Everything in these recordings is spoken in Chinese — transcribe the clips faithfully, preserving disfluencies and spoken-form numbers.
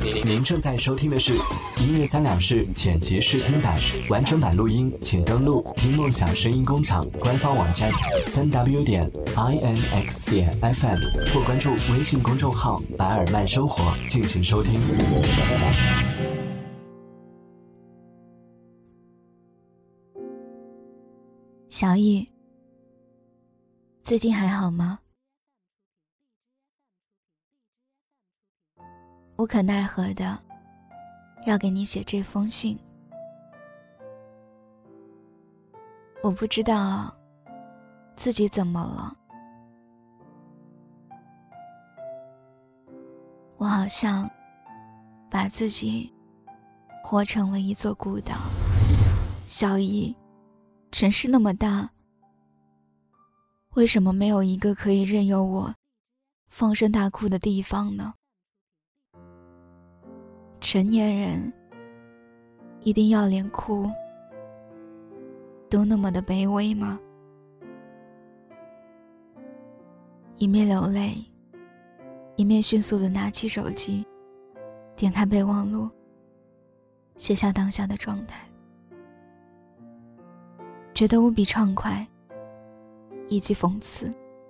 您正在收听的是音乐三两事剪辑视频版，完整版录音请登录听梦想声音工厂官方网站三 w 点 i n x 点 f m 或关注微信公众号百尔曼生活进行收听。 小易，最近还好吗？无可奈何的要给你写这封信。我不知道自己怎么了，我好像把自己活成了一座孤岛。小易，城市那么大，为什么没有一个可以任由我放声大哭的地方呢？成年人一定要连哭都那么的卑微吗？一面流泪，一面迅速地拿起手机，点开备忘录，写下当下的状态，觉得无比畅快以及讽刺。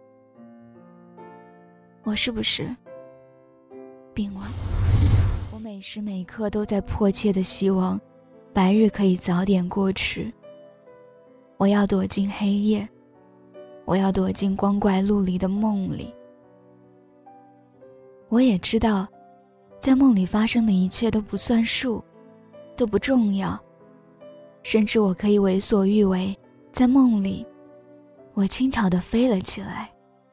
我是不是病了？我每时每刻都在迫切地希望白日可以早点过去。我要躲进黑夜，我要躲进光怪陆离的梦里。我也知道，在梦里发生的一切都不算数，都不重要，甚至我可以为所欲为。在梦里，我轻巧地飞了起来。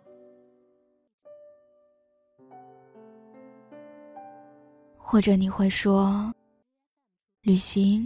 或者你会说，旅行，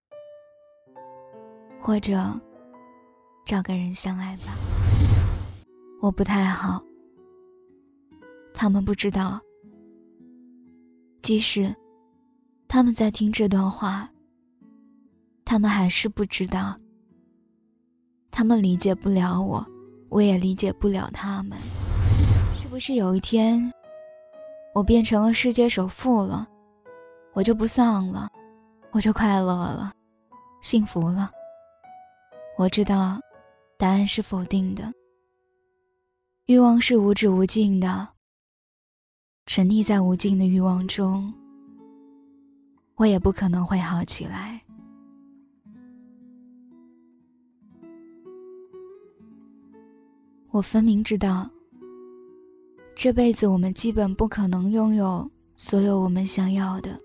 或者找个人相爱吧。我不太好，他们不知道，即使他们在听这段话，他们还是不知道，他们理解不了我，我也理解不了他们。是不是有一天我变成了世界首富了，我就不丧了，我就快乐了，幸福了？我知道答案是否定的。欲望是无止无尽的，沉溺在无尽的欲望中，我也不可能会好起来。我分明知道，这辈子我们基本不可能拥有所有我们想要的。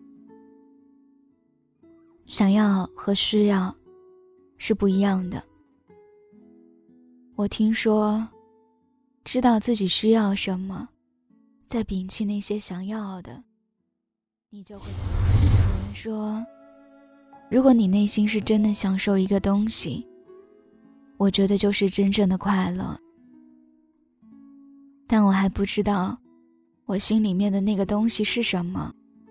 想要和需要是不一样的。我听说，知道自己需要什么，再摒弃那些想要的，你就会。有人说，如果你内心是真的享受一个东西，我觉得就是真正的快乐。但我还不知道我心里面的那个东西是什么。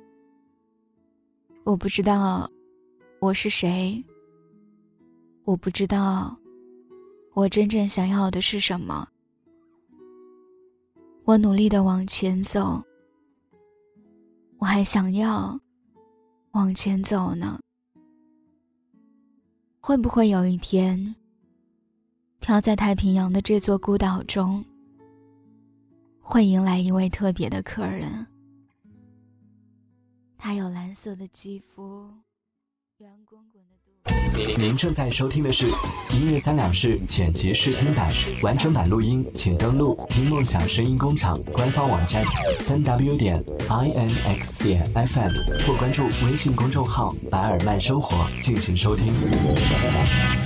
我不知道我是谁，我不知道我真正想要的是什么。我努力地往前走，我还想要往前走呢。会不会有一天，飘在太平洋的这座孤岛中，会迎来一位特别的客人？他有蓝色的肌肤，圆滚滚的肚。 您正在收听的是音乐三两事剪辑视频版，完整版录音请登录听梦想声音工厂官方网站三 w 点 i n x 点 f m 或关注微信公众号百尔曼生活进行收听。